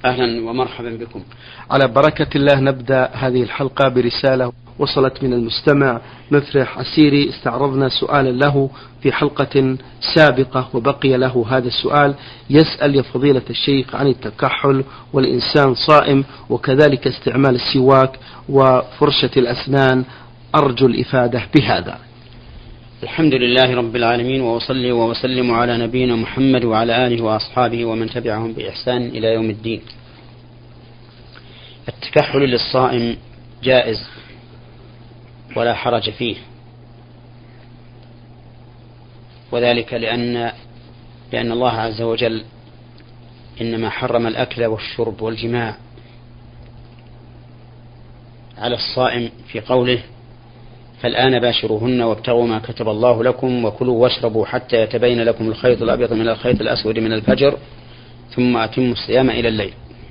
أهلا ومرحبا بكم. على بركة الله نبدأ هذه الحلقة برسالة وصلت من المستمع مفرح عسيري. استعرضنا سؤالا له في حلقة سابقة وبقي له هذا السؤال. يسأل: يا فضيلة الشيخ عن التكحل والإنسان صائم وكذلك استعمال السواك وفرشة الأسنان، أرجو الإفادة بهذا. الحمد لله رب العالمين، وأصلي وأسلم على نبينا محمد وعلى آله وأصحابه ومن تبعهم بإحسان إلى يوم الدين. التكحل للصائم جائز ولا حرج فيه، وذلك لأن الله عز وجل إنما حرم الأكل والشرب والجماع على الصائم في قوله: فالآن باشروهن وابتغوا ما كتب الله لكم وكلوا واشربوا حتى يتبين لكم الخيط الأبيض من الخيط الأسود من الفجر ثم أتموا الصيام إلى الليل.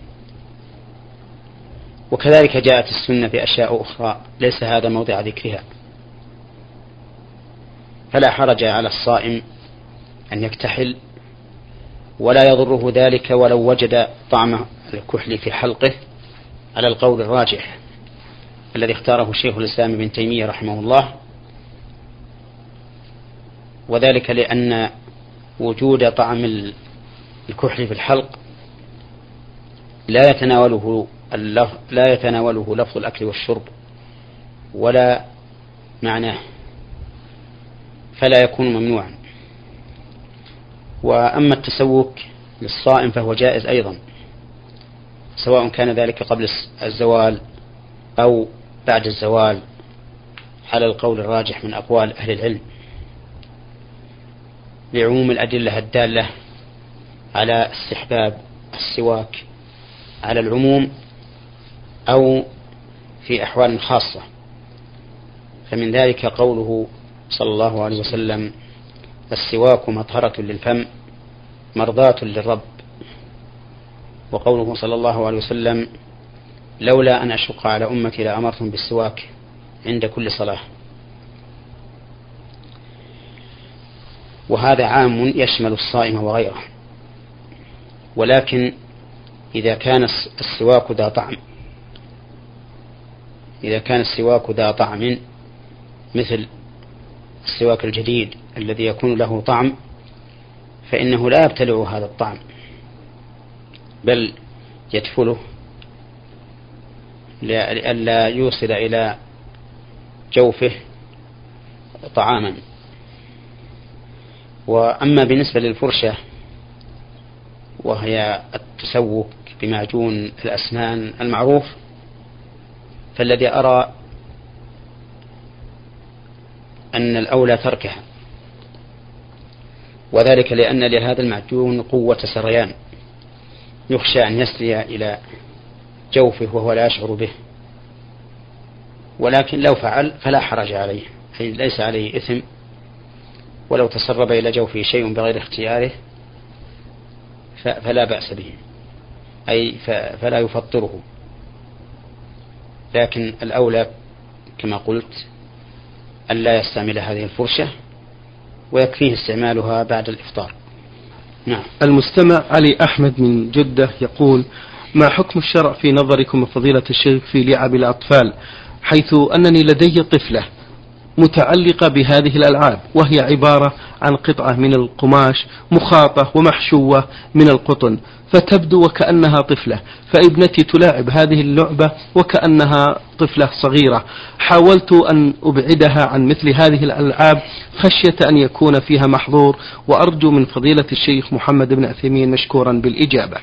وكذلك جاءت السنة في أشياء أخرى ليس هذا موضع ذكرها. فلا حرج على الصائم أن يكتحل، ولا يضره ذلك ولو وجد طعم الكحل في حلقه على القول الراجح الذي اختاره شيخ الإسلام ابن تيمية رحمه الله، وذلك لأن وجود طعم الكحل في الحلق لا يتناوله لفظ الأكل والشرب ولا معناه، فلا يكون ممنوعا. وأما التسوك للصائم فهو جائز أيضا، سواء كان ذلك قبل الزوال أو بعد الزوال على القول الراجح من أقوال أهل العلم، لعموم الأدلة الدالة على استحباب السواك على العموم أو في أحوال خاصة. فمن ذلك قوله صلى الله عليه وسلم: السواك مطهرة للفم مرضاة للرب، وقوله صلى الله عليه وسلم: لولا أن أشق على أمتي لأمرتهم بالسواك عند كل صلاة. وهذا عام يشمل الصائم وغيره، ولكن إذا كان السواك ذا طعم مثل السواك الجديد الذي يكون له طعم، فإنه لا يبتلع هذا الطعم بل يدفله لئلا يوصل إلى جوفه طعاما. وأما بالنسبة للفرشة وهي التسوك بمعجون الأسنان المعروف، فالذي أرى أن الأولى تركها، وذلك لأن لهذا المعجون قوة سريان يخشى أن يسري إلى جوفه وهو لا يشعر به، ولكن لو فعل فلا حرج عليه، أي ليس عليه إثم، ولو تسرب إلى جوفه شيء بغير اختياره فلا بأس به، أي فلا يفطره. لكن الأولى كما قلت أن لا يستعمل هذه الفرشة ويكفيه استعمالها بعد الإفطار. نعم. المستمع علي أحمد من جدة يقول: ما حكم الشرع في نظركم فضيلة الشيخ في لعب الأطفال، حيث أنني لدي طفلة متعلقة بهذه الألعاب، وهي عبارة عن قطعة من القماش مخاطة ومحشوة من القطن، فتبدو وكأنها طفلة، فابنتي تلاعب هذه اللعبة وكأنها طفلة صغيرة. حاولت أن أبعدها عن مثل هذه الألعاب خشية أن يكون فيها محظور، وأرجو من فضيلة الشيخ محمد بن عثيمين مشكورا بالإجابة.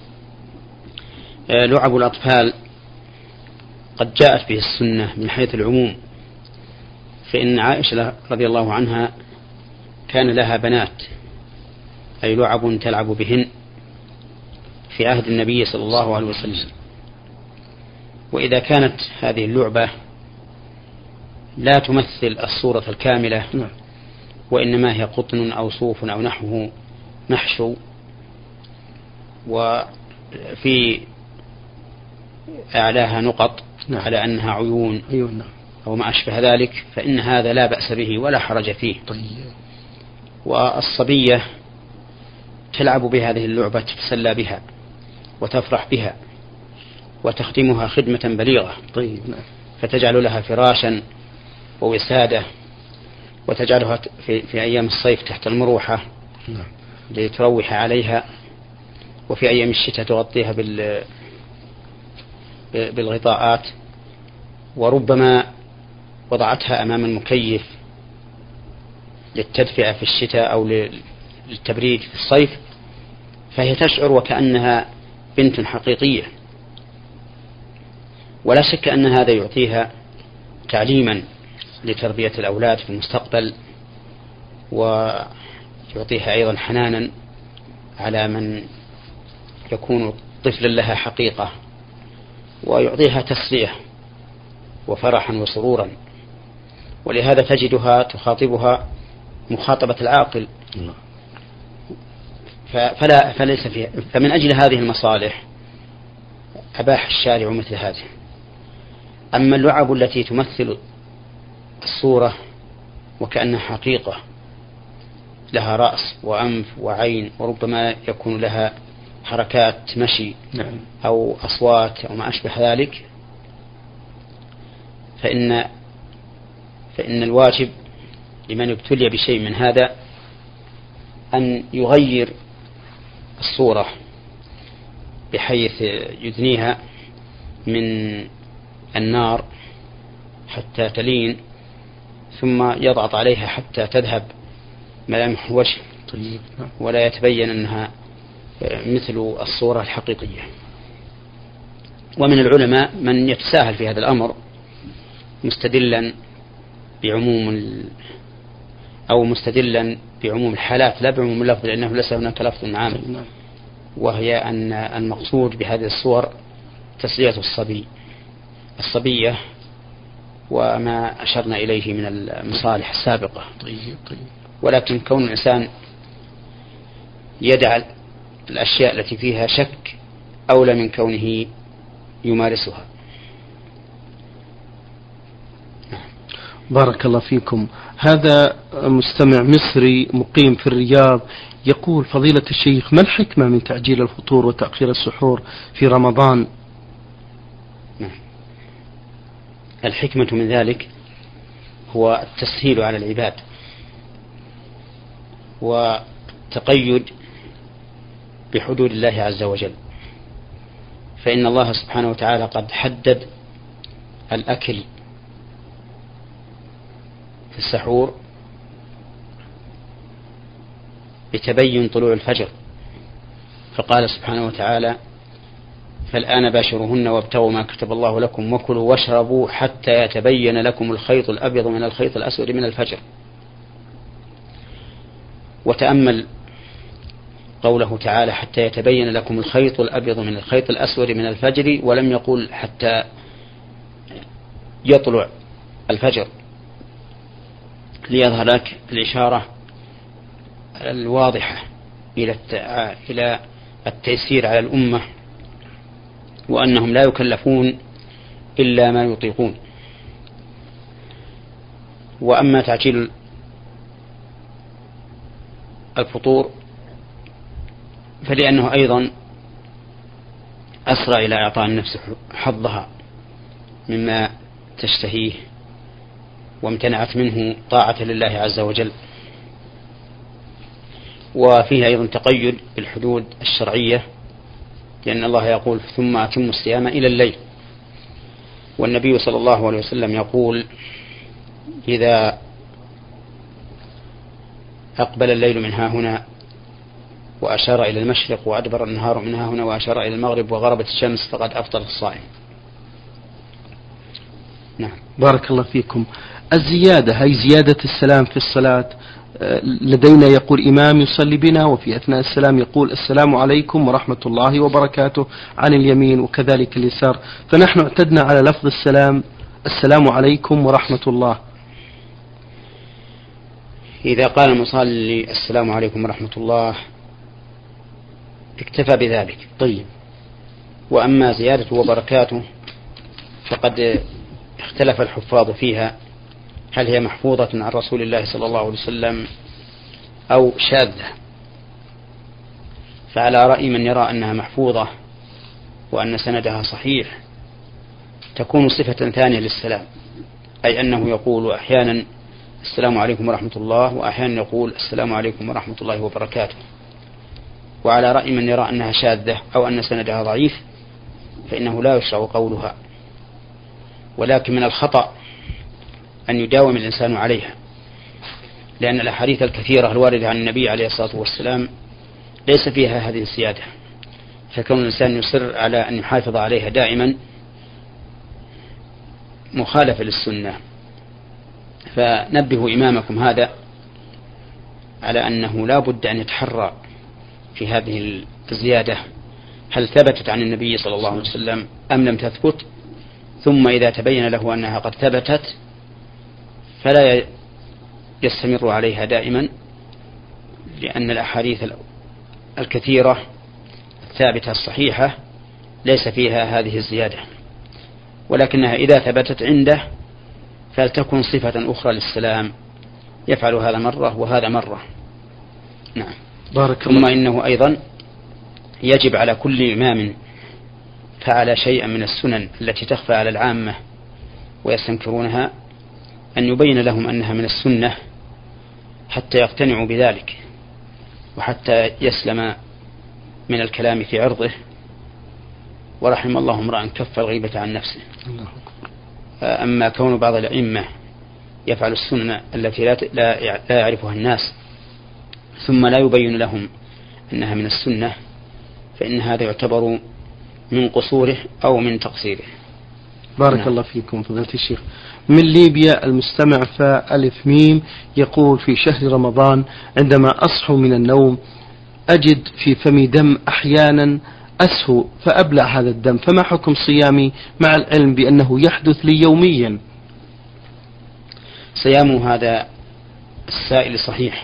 لعب الأطفال قد جاءت به السنة من حيث العموم، فإن عائشة رضي الله عنها كان لها بنات، أي لعب تلعب بهن في عهد النبي صلى الله عليه وسلم. وإذا كانت هذه اللعبة لا تمثل الصورة الكاملة وإنما هي قطن أو صوف أو نحوه محشو وفي أعلاها نقط على أنها عيون أو ما أشبه ذلك، فإن هذا لا بأس به ولا حرج فيه. والصبية تلعب بهذه اللعبة تتسلى بها، وتفرح بها وتخدمها خدمة بليغة. طيب. فتجعل لها فراشا ووسادة، وتجعلها في أيام الصيف تحت المروحة لتروح عليها، وفي أيام الشتاء تغطيها بالغطاءات، وربما وضعتها أمام المكيف للتدفئة في الشتاء أو للتبريد في الصيف، فهي تشعر وكأنها بنت حقيقية. ولا شك أن هذا يعطيها تعليما لتربية الأولاد في المستقبل، ويعطيها أيضا حنانا على من يكون طفلا لها حقيقة، ويعطيها تسلية وفرحا وسرورا. ولهذا تجدها تخاطبها مخاطبة العاقل. فليس فيها. فمن أجل هذه المصالح أباح الشارع مثل هذه. أما اللعب التي تمثل الصورة وكأنها حقيقة، لها رأس وأنف وعين، وربما يكون لها حركات مشي أو أصوات أو ما أشبه ذلك، فإن الواجب لمن ابتلي بشيء من هذا أن يغير الصورة بحيث يدنيها من النار حتى تلين، ثم يضغط عليها حتى تذهب ملامح الوجه ولا يتبين أنها مثل الصورة الحقيقية. ومن العلماء من يتساهل في هذا الأمر مستدلا بعموم الحالات لا بعموم اللفظ، لأنه ليس هناك لفظ عام، وهي أن المقصود بهذه الصور تسلية الصبية وما أشرنا إليه من المصالح السابقة. ولكن كون الإنسان يدع الأشياء التي فيها شك أولى من كونه يمارسها. بارك الله فيكم. هذا مستمع مصري مقيم في الرياض يقول: فضيلة الشيخ، ما الحكمة من تعجيل الفطور وتأخير السحور في رمضان؟ الحكمة من ذلك هو التسهيل على العباد والتقيد بحدود الله عز وجل، فإن الله سبحانه وتعالى قد حدد الأكل في السحور بتبين طلوع الفجر، فقال سبحانه وتعالى: فالآن باشروهن وابتغوا ما كتب الله لكم وكلوا واشربوا حتى يتبين لكم الخيط الأبيض من الخيط الأسود من الفجر. وتأمل قوله تعالى: حتى يتبين لكم الخيط الأبيض من الخيط الأسود من الفجر، ولم يقل حتى يطلع الفجر، ليظهر لك الإشارة الواضحة إلى التيسير على الأمة، وأنهم لا يكلفون إلا ما يطيقون. وأما تعجيل الفطور فلأنه أيضا أسرع إلى إعطاء النفس حظها مما تشتهيه، وامتنعت منه طاعة لله عز وجل. وفيه أيضا تقيد بالحدود الشرعية، لأن الله يقول: ثم أتموا الصيام إلى الليل. والنبي صلى الله عليه وسلم يقول: إذا أقبل الليل من ها هنا وأشار إلى المشرق وأدبر النهار من ها هنا وأشار إلى المغرب وغربت الشمس فقد أفطر الصائم. نعم. بارك الله فيكم. الزيادة هي زيادة السلام في الصلاة. لدينا يقول إمام يصلي بنا وفي أثناء السلام يقول: السلام عليكم ورحمة الله وبركاته عن اليمين وكذلك اليسار، فنحن اعتدنا على لفظ السلام: السلام عليكم ورحمة الله. إذا قال المصلي السلام عليكم ورحمة الله اكتفى بذلك. طيب. وأما زيادة وبركاته فقد اختلف الحفاظ فيها، هل هي محفوظة عن رسول الله صلى الله عليه وسلم أو شاذة؟ فعلى رأي من يرى أنها محفوظة وأن سندها صحيح تكون صفة ثانية للسلام، أي أنه يقول أحيانا السلام عليكم ورحمة الله، وأحيانا يقول السلام عليكم ورحمة الله وبركاته. وعلى رأي من يرى أنها شاذة أو أن سندها ضعيف فإنه لا يشرع قولها، ولكن من الخطأ أن يداوم الإنسان عليها، لأن الأحاديث الكثيرة الواردة عن النبي عليه الصلاة والسلام ليس فيها هذه الزيادة، فكون الإنسان يصر على أن يحافظ عليها دائما مخالفة للسنة. فنبهوا إمامكم هذا على أنه لا بد أن يتحرى في هذه الزيادة هل ثبتت عن النبي صلى الله عليه وسلم أم لم تثبت، ثم إذا تبين له أنها قد ثبتت فلا يستمر عليها دائما، لأن الأحاديث الكثيرة الثابتة الصحيحة ليس فيها هذه الزيادة، ولكنها إذا ثبتت عنده فلتكن صفة أخرى للسلام، يفعل هذا مرة وهذا مرة. نعم. ثم إنه أيضا يجب على كل إمام فعل شيئا من السنن التي تخفى على العامة ويستنكرونها أن يبين لهم أنها من السنة حتى يقتنعوا بذلك، وحتى يسلم من الكلام في عرضه. ورحم الله امرأ كف الغيبة عن نفسه. أما كون بعض الأئمة يفعل السنة التي لا يعرفها الناس ثم لا يبين لهم أنها من السنة فإن هذا يعتبر من قصوره أو من تقصيره. بارك الله فيكم فضيلة الشيخ. من ليبيا المستمع فألف ميم يقول: في شهر رمضان عندما أصحو من النوم أجد في فمي دم أحيانا أسهو فأبلع هذا الدم، فما حكم صيامي مع العلم بأنه يحدث لي يوميا؟ صيام هذا السائل صحيح،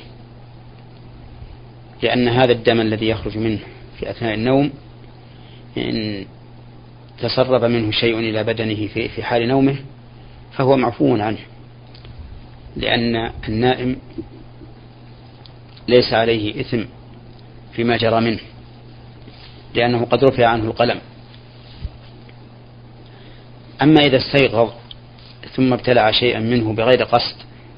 لأن هذا الدم الذي يخرج منه في أثناء النوم إن تسرب منه شيء إلى بدنه في حال نومه فهو معفو عنه، لأن النائم ليس عليه إثم فيما جرى منه، لأنه قد رفع عنه القلم. أما إذا استيقظ ثم ابتلع شيئا منه بغير قصد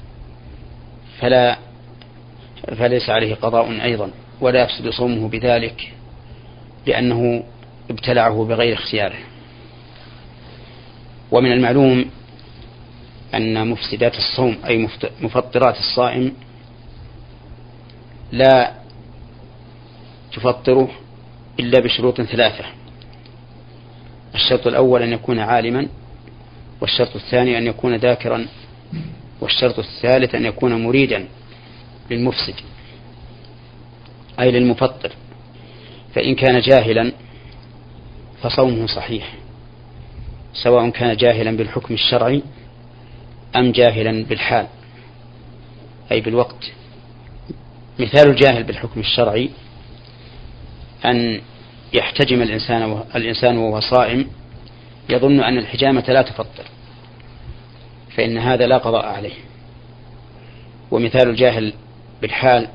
فليس عليه قضاء أيضا، ولا يفسد صومه بذلك، لأنه ابتلعه بغير اختياره. ومن المعلوم أن مفسدات الصوم أي مفطرات الصائم لا تفطره إلا بشروط ثلاثة: الشرط الأول أن يكون عالما، والشرط الثاني أن يكون ذاكرا، والشرط الثالث أن يكون مريدا للمفسد أي للمفطر. فإن كان جاهلا فصومه صحيح، سواء كان جاهلا بالحكم الشرعي أم جاهلا بالحال أي بالوقت. مثال الجاهل بالحكم الشرعي أن يحتجم الإنسان وهو صائم يظن أن الحجامة لا تفطر، فإن هذا لا قضاء عليه. ومثال الجاهل بالحال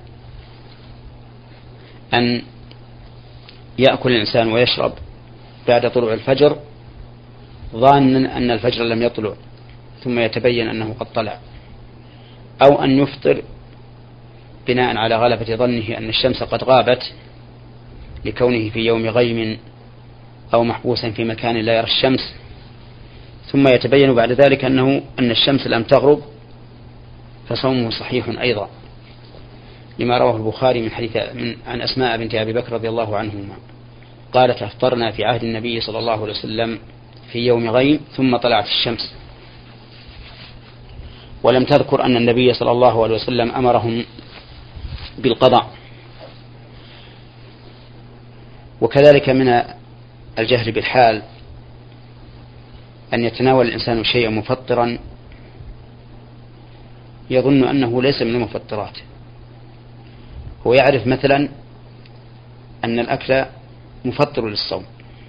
أن يأكل الإنسان ويشرب بعد طلوع الفجر ظانا أن الفجر لم يطلع ثم يتبين أنه قد طلع، أو أن يفطر بناء على غلبة ظنه أن الشمس قد غابت لكونه في يوم غيم أو محبوسا في مكان لا يرى الشمس، ثم يتبين بعد ذلك أن الشمس لم تغرب، فصومه صحيح أيضا، لما رواه البخاري من حديث عن أسماء بنت أبي بكر رضي الله عنهما قالت: أفطرنا في عهد النبي صلى الله عليه وسلم في يوم غيم ثم طلعت الشمس. ولم تذكر أن النبي صلى الله عليه وسلم أمرهم بالقضاء. وكذلك من الجهل بالحال أن يتناول الإنسان شيئا مفطرا يظن أنه ليس من المفطرات. هو يعرف مثلا أن الأكل مفطر للصوم،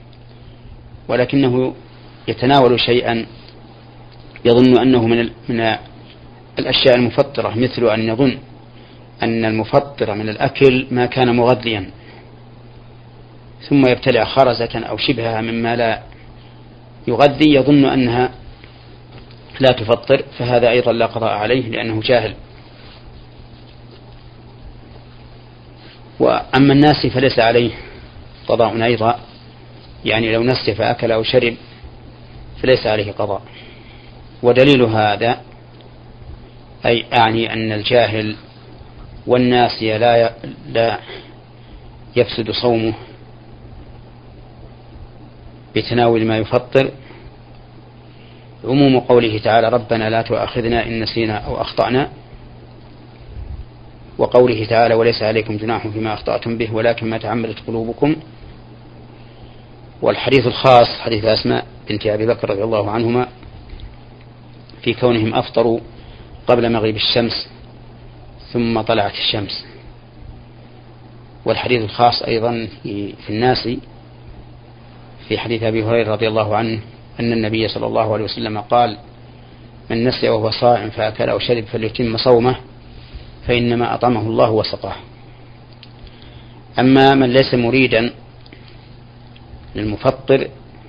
ولكنه يتناول شيئا يظن أنه من الأشياء المفطرة، مثل أن يظن أن المفطر من الأكل ما كان مغذيا، ثم يبتلع خرزة أو شبهها مما لا يغذي يظن أنها لا تفطر، فهذا أيضا لا قضاء عليه لأنه جاهل. وأما الناسي فليس عليه قضاء أيضا، يعني لو نسي فأكل أو شرب فليس عليه قضاء. ودليل هذا أي أعني أن الجاهل والناسي لا يفسد صومه بتناول ما يفطر عموم قوله تعالى ربنا لا تؤاخذنا إن نسينا أو أخطأنا، وقوله تعالى وليس عليكم جناح فيما أخطأتم به ولكن ما تعمدت قلوبكم. والحديث الخاص حديث أسماء بنت أبي بكر رضي الله عنهما في كونهم أفطروا قبل مغيب الشمس ثم طلعت الشمس. والحديث الخاص أيضا في الناس في حديث أبي هريرة رضي الله عنه أن النبي صلى الله عليه وسلم قال من نسي وهو صائم فأكل أو شرب فليتم صومه فإنما أطعمه الله وسقاه. أما من ليس مريدا للمفطر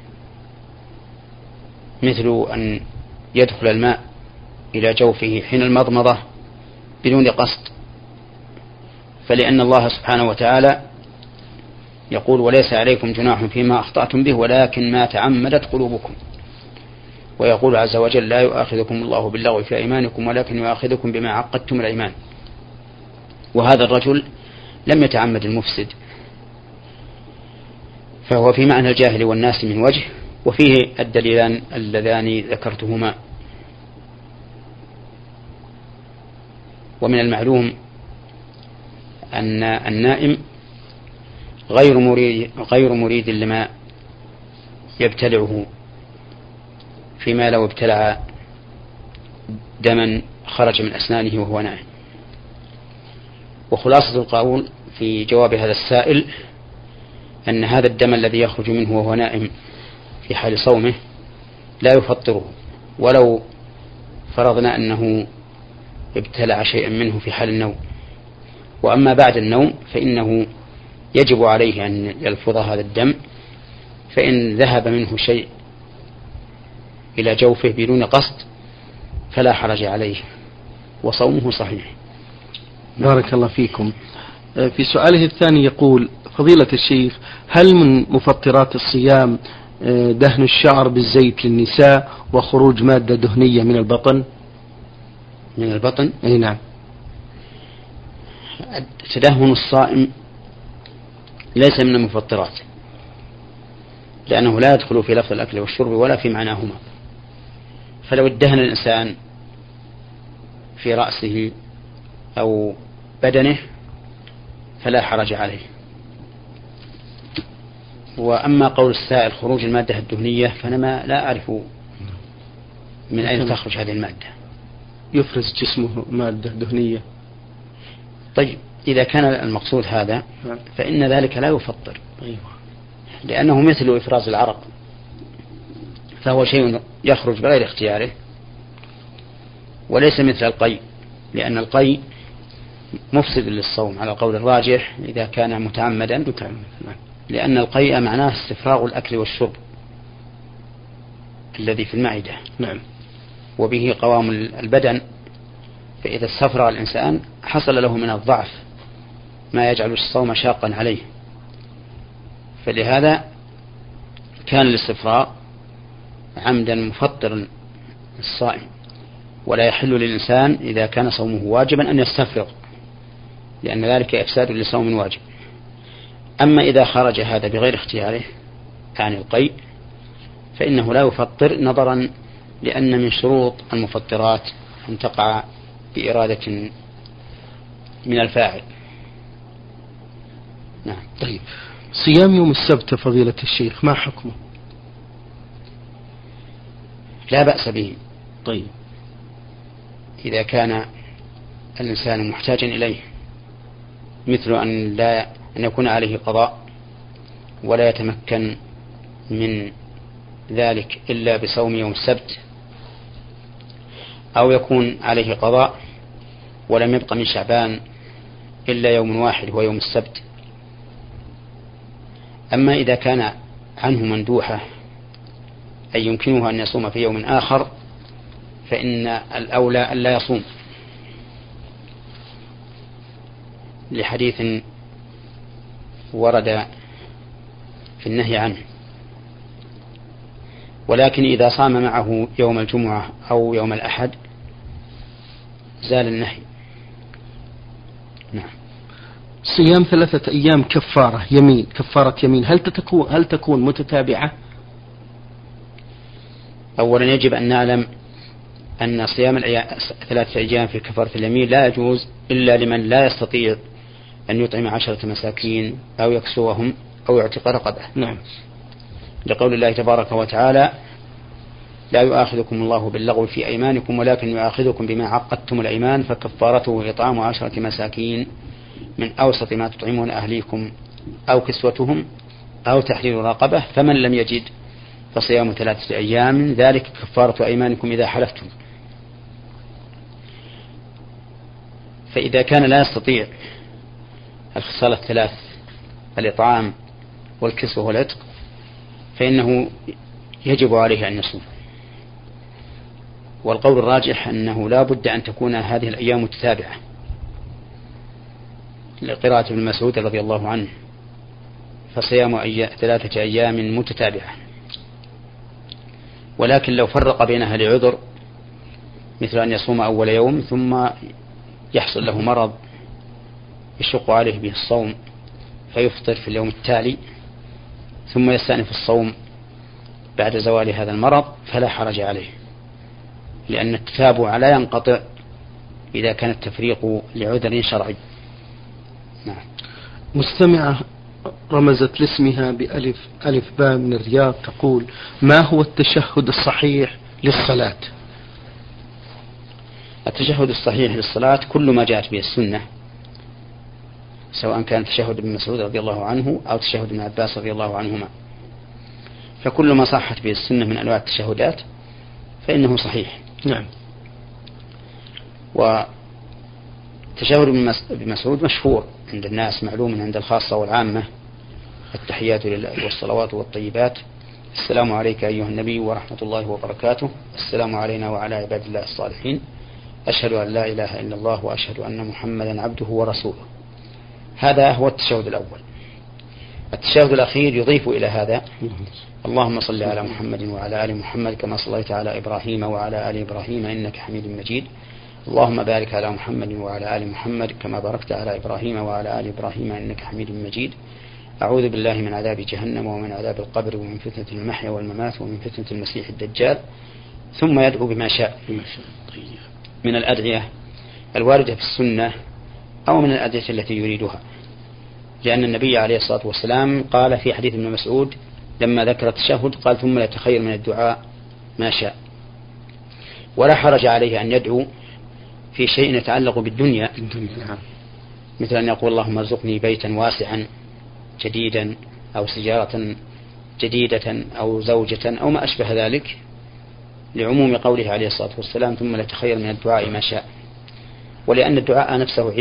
مثل أن يدخل الماء إلى جوفه حين المضمضة بدون قصد، فلأن الله سبحانه وتعالى يقول وليس عليكم جناح فيما أخطأتم به ولكن ما تعمدت قلوبكم، ويقول عز وجل لا يؤاخذكم الله باللغو في أيمانكم ولكن يؤاخذكم بما عقدتم الأيمان. وهذا الرجل لم يتعمد المفسد، فهو في معنى الجاهل والناس من وجه، وفيه الدليلان اللذان ذكرتهما. ومن المعلوم أن النائم غير مريد لما يبتلعه، فيما لو ابتلع دما خرج من أسنانه وهو نائم. وخلاصة القول في جواب هذا السائل أن هذا الدم الذي يخرج منه وهو نائم في حال صومه لا يفطره، ولو فرضنا أنه ابتلع شيئا منه في حال النوم. وأما بعد النوم فإنه يجب عليه أن يلفظ هذا الدم، فإن ذهب منه شيء إلى جوفه بدون قصد فلا حرج عليه وصومه صحيح. بارك الله فيكم. في سؤاله الثاني يقول فضيلة الشيخ هل من مفطرات الصيام دهن الشعر بالزيت للنساء وخروج مادة دهنية من البطن؟ من البطن؟ أي نعم. تدهن الصائم ليس من المفطرات، لأنه لا يدخل في لفظ الأكل والشرب ولا في معناهما. فلو ادهن الإنسان في رأسه أو بدنه فلا حرج عليه. وأما قول السائل خروج المادة الدهنية فأنا لا أعرف من أين تخرج هذه المادة. يفرز جسمه مادة دهنية. طيب إذا كان المقصود هذا فإن ذلك لا يفطر، لأنه مثل إفراز العرق، فهو شيء يخرج بغير اختياره، وليس مثل القيء، لأن القيء مفسد للصوم على القول الراجح إذا كان متعمدا، لأن القيء معناه استفراغ الأكل والشرب الذي في المعدة. نعم. وبه قوام البدن، فإذا استفرغ الإنسان حصل له من الضعف ما يجعل الصوم شاقا عليه، فلهذا كان الاستفراغ عمدا مفطرا الصائم، ولا يحل للإنسان إذا كان صومه واجبا أن يستفرغ، لأن ذلك إفساد لصوم واجب. أما إذا خرج هذا بغير اختياره عن القيء فإنه لا يفطر، نظرا لأن من شروط المفطرات أن تقع بإرادة من الفاعل. نعم. طيب صيام يوم السبت فضيلة الشيخ ما حكمه؟ لا بأس به. طيب إذا كان الإنسان محتاجا إليه، مثل أن يكون عليه قضاء ولا يتمكن من ذلك إلا بصوم يوم السبت، أو يكون عليه قضاء ولم يبق من شعبان إلا يوم واحد هو يوم السبت، أما إذا كان عنه مندوحة أي يمكنه أن يصوم في يوم آخر فإن الأولى أن لا يصوم، لحديث ورد في النهي عنه. ولكن إذا صام معه يوم الجمعة أو يوم الأحد زال النهي. نعم. صيام 3 أيام كفارة يمين هل تكون متتابعة؟ أولا يجب أن نعلم أن صيام 3 أيام في كفارة اليمين لا يجوز إلا لمن لا يستطيع أن يطعم 10 مساكين أو يكسوهم أو يعتق رقبة. نعم. لقول الله تبارك وتعالى: لا يؤاخذكم الله باللغو في أيمانكم ولكن يؤاخذكم بما عقدتم الأيمان فكفارته إطعام 10 مساكين من أوسط ما تطعمون أهليكم أو كسوتهم أو تحرير رقبة، فمن لم يجد فصيام 3 أيام ذلك كفارة أيمانكم إذا حلفتم. فإذا كان لا يستطيع الخصال 3 الإطعام والكسوة والعتق فإنه يجب عليه أن يصوم. والقول الراجح أنه لا بد أن تكون هذه الأيام متتابعة، لقراءة ابن مسعود رضي الله عنه: فصيام 3 أيام متتابعة. ولكن لو فرق بينها لعذر، مثل أن يصوم أول يوم ثم يحصل له مرض يشق عليه به الصوم فيفطر في اليوم التالي ثم يستأنف الصوم بعد زوال هذا المرض، فلا حرج عليه، لأن التتابع لا ينقطع إذا كان التفريق لعذر شرعي. نعم. مستمعة رمزت لاسمها بألف باء من الرياض تقول: ما هو التشهد الصحيح للصلاة؟ التشهد الصحيح للصلاة كل ما جاءت به السنة، سواء كان تشهد ابن مسعود رضي الله عنه أو تشهد ابن عباس رضي الله عنهما، فكل ما صحت به السنة من أنواع التشهدات فإنه صحيح. نعم. وتشهد ابن مسعود مشهور عند الناس، معلوم عند الخاصة والعامة: التحيات لله والصلوات والطيبات، السلام عليك أيها النبي ورحمة الله وبركاته، السلام علينا وعلى عباد الله الصالحين، أشهد أن لا إله إلا الله وأشهد أن محمدا عبده ورسوله. هذا هو التشهد الأول. التشهد الأخير يضيف إلى هذا: اللهم صل على محمد وعلى آل محمد كما صليت على إبراهيم وعلى آل إبراهيم إنك حميد مجيد، اللهم بارك على محمد وعلى آل محمد كما باركت على إبراهيم وعلى آل إبراهيم إنك حميد مجيد، أعوذ بالله من عذاب جهنم ومن عذاب القبر ومن فتنة المحيا والممات ومن فتنة المسيح الدجال. ثم يدعو بما شاء من الأدعية الواردة في السنة أو من الأدعية التي يريدها، لأن النبي عليه الصلاة والسلام قال في حديث ابن مسعود لما ذكر التشهد قال: ثم يتخير من الدعاء ما شاء. ولا حرج عليه أن يدعو في شيء يتعلق بالدنيا، مثل أن يقول: اللهم ارزقني بيتا واسعا جديدا أو سيارة جديدة أو زوجة أو ما أشبه ذلك، لعموم قوله عليه الصلاة والسلام: ثم يتخير من الدعاء ما شاء. ولأن الدعاء نفسه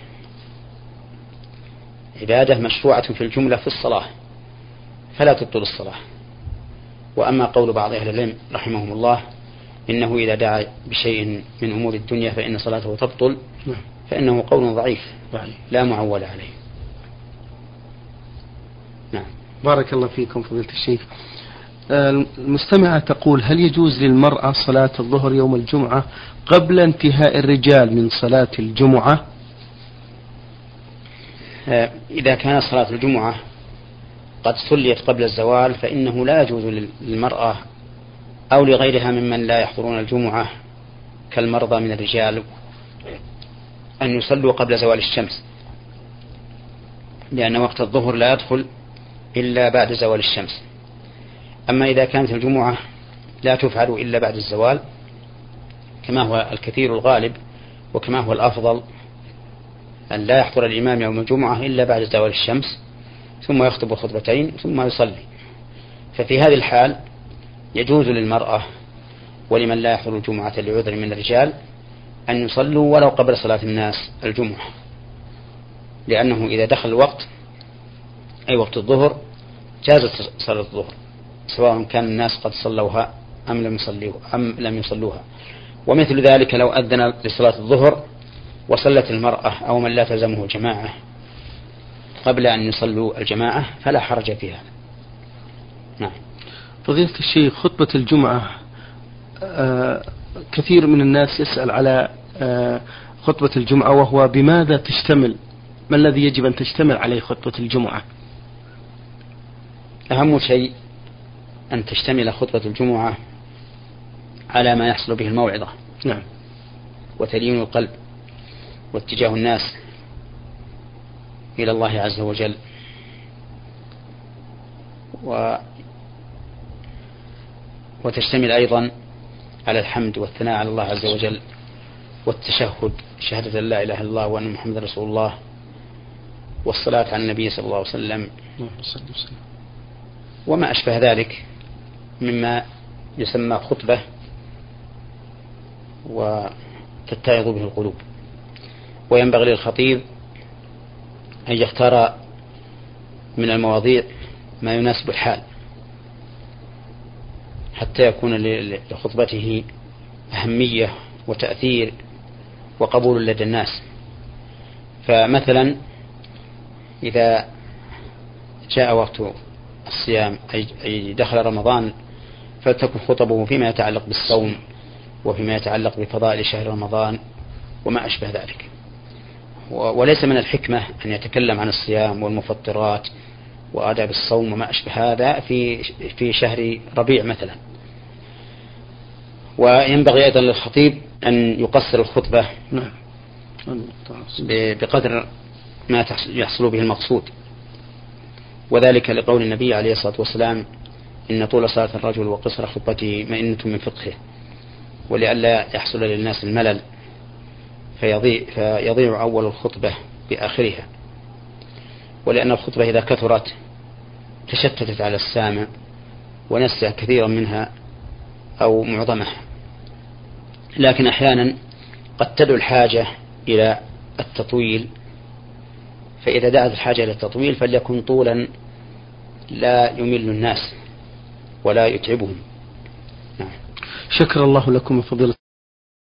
عبادة مشروعة في الجملة في الصلاة فلا تبطل الصلاة. وأما قول بعض أهل العلم رحمهم الله إنه إذا دعا بشيء من أمور الدنيا فإن صلاته تبطل، فإنه قول ضعيف لا معول عليه. نعم. بارك الله فيكم فضيلة الشيخ. المستمعة تقول: هل يجوز للمرأة صلاة الظهر يوم الجمعة قبل انتهاء الرجال من صلاة الجمعة؟ إذا كانت صلاة الجمعة قد صليت قبل الزوال فإنه لا يجوز للمرأة أو لغيرها ممن لا يحضرون الجمعة كالمرضى من الرجال أن يصلوا قبل زوال الشمس، لأن وقت الظهر لا يدخل إلا بعد زوال الشمس. أما إذا كانت الجمعة لا تفعل إلا بعد الزوال كما هو الكثير الغالب وكما هو الأفضل أن لا يحضر الإمام يوم الجمعة إلا بعد زوال الشمس ثم يخطب خطبتين ثم يصلي، ففي هذه الحال يجوز للمرأة ولمن لا يحضر الجمعة لعذر من الرجال أن يصلوا ولو قبل صلاة الناس الجمعة، لأنه إذا دخل الوقت أي وقت الظهر جازت صلاة الظهر سواء كان الناس قد صلوها أم لم يصلوها. ومثل ذلك لو أذن لصلاة الظهر وصلت المرأة أو من لا تلزمه جماعة قبل أن يصلوا الجماعة فلا حرج فيها. نعم. فضيلة الشيخ، خطبة الجمعة كثير من الناس يسأل على خطبة الجمعة وهو بماذا تشتمل؟ ما الذي يجب أن تشتمل عليه خطبة الجمعة؟ أهم شيء أن تشتمل خطبة الجمعة على ما يحصل به الموعظة. نعم. وتلين القلب واتجاه الناس إلى الله عز وجل، وتشتمل أيضا على الحمد والثناء على الله عز وجل والتشهد، شهادة لا إله إلا الله وأن محمد رسول الله، والصلاة على النبي صلى الله عليه وسلم وما أشبه ذلك مما يسمى خطبة وتتعظ به القلوب. وينبغي للخطيب أن يختار من المواضيع ما يناسب الحال حتى يكون لخطبته أهمية وتأثير وقبول لدى الناس. فمثلا إذا جاء وقت الصيام أي دخل رمضان فلتكن خطبه فيما يتعلق بالصوم وفيما يتعلق بفضائل شهر رمضان وما أشبه ذلك. وليس من الحكمة أن يتكلم عن الصيام والمفطرات وآداب الصوم وما أشبه هذا في شهر ربيع مثلا. وينبغي أيضا للخطيب أن يقصر الخطبة بقدر ما يحصل به المقصود، وذلك لقول النبي عليه الصلاة والسلام: إن طول صلاة الرجل وقصر خطبته مئنة من فقهه، ولئلا يحصل للناس الملل فيضيع أول الخطبة بآخرها، ولأن الخطبة إذا كثرت تشتتت على السامع ونسى كثيرا منها أو معظمها. لكن أحيانا قد تدعو الحاجة إلى التطويل، فإذا دعت الحاجة إلى التطويل فليكن طولا لا يمل الناس ولا يتعبهم. شكر الله لكم فضيلة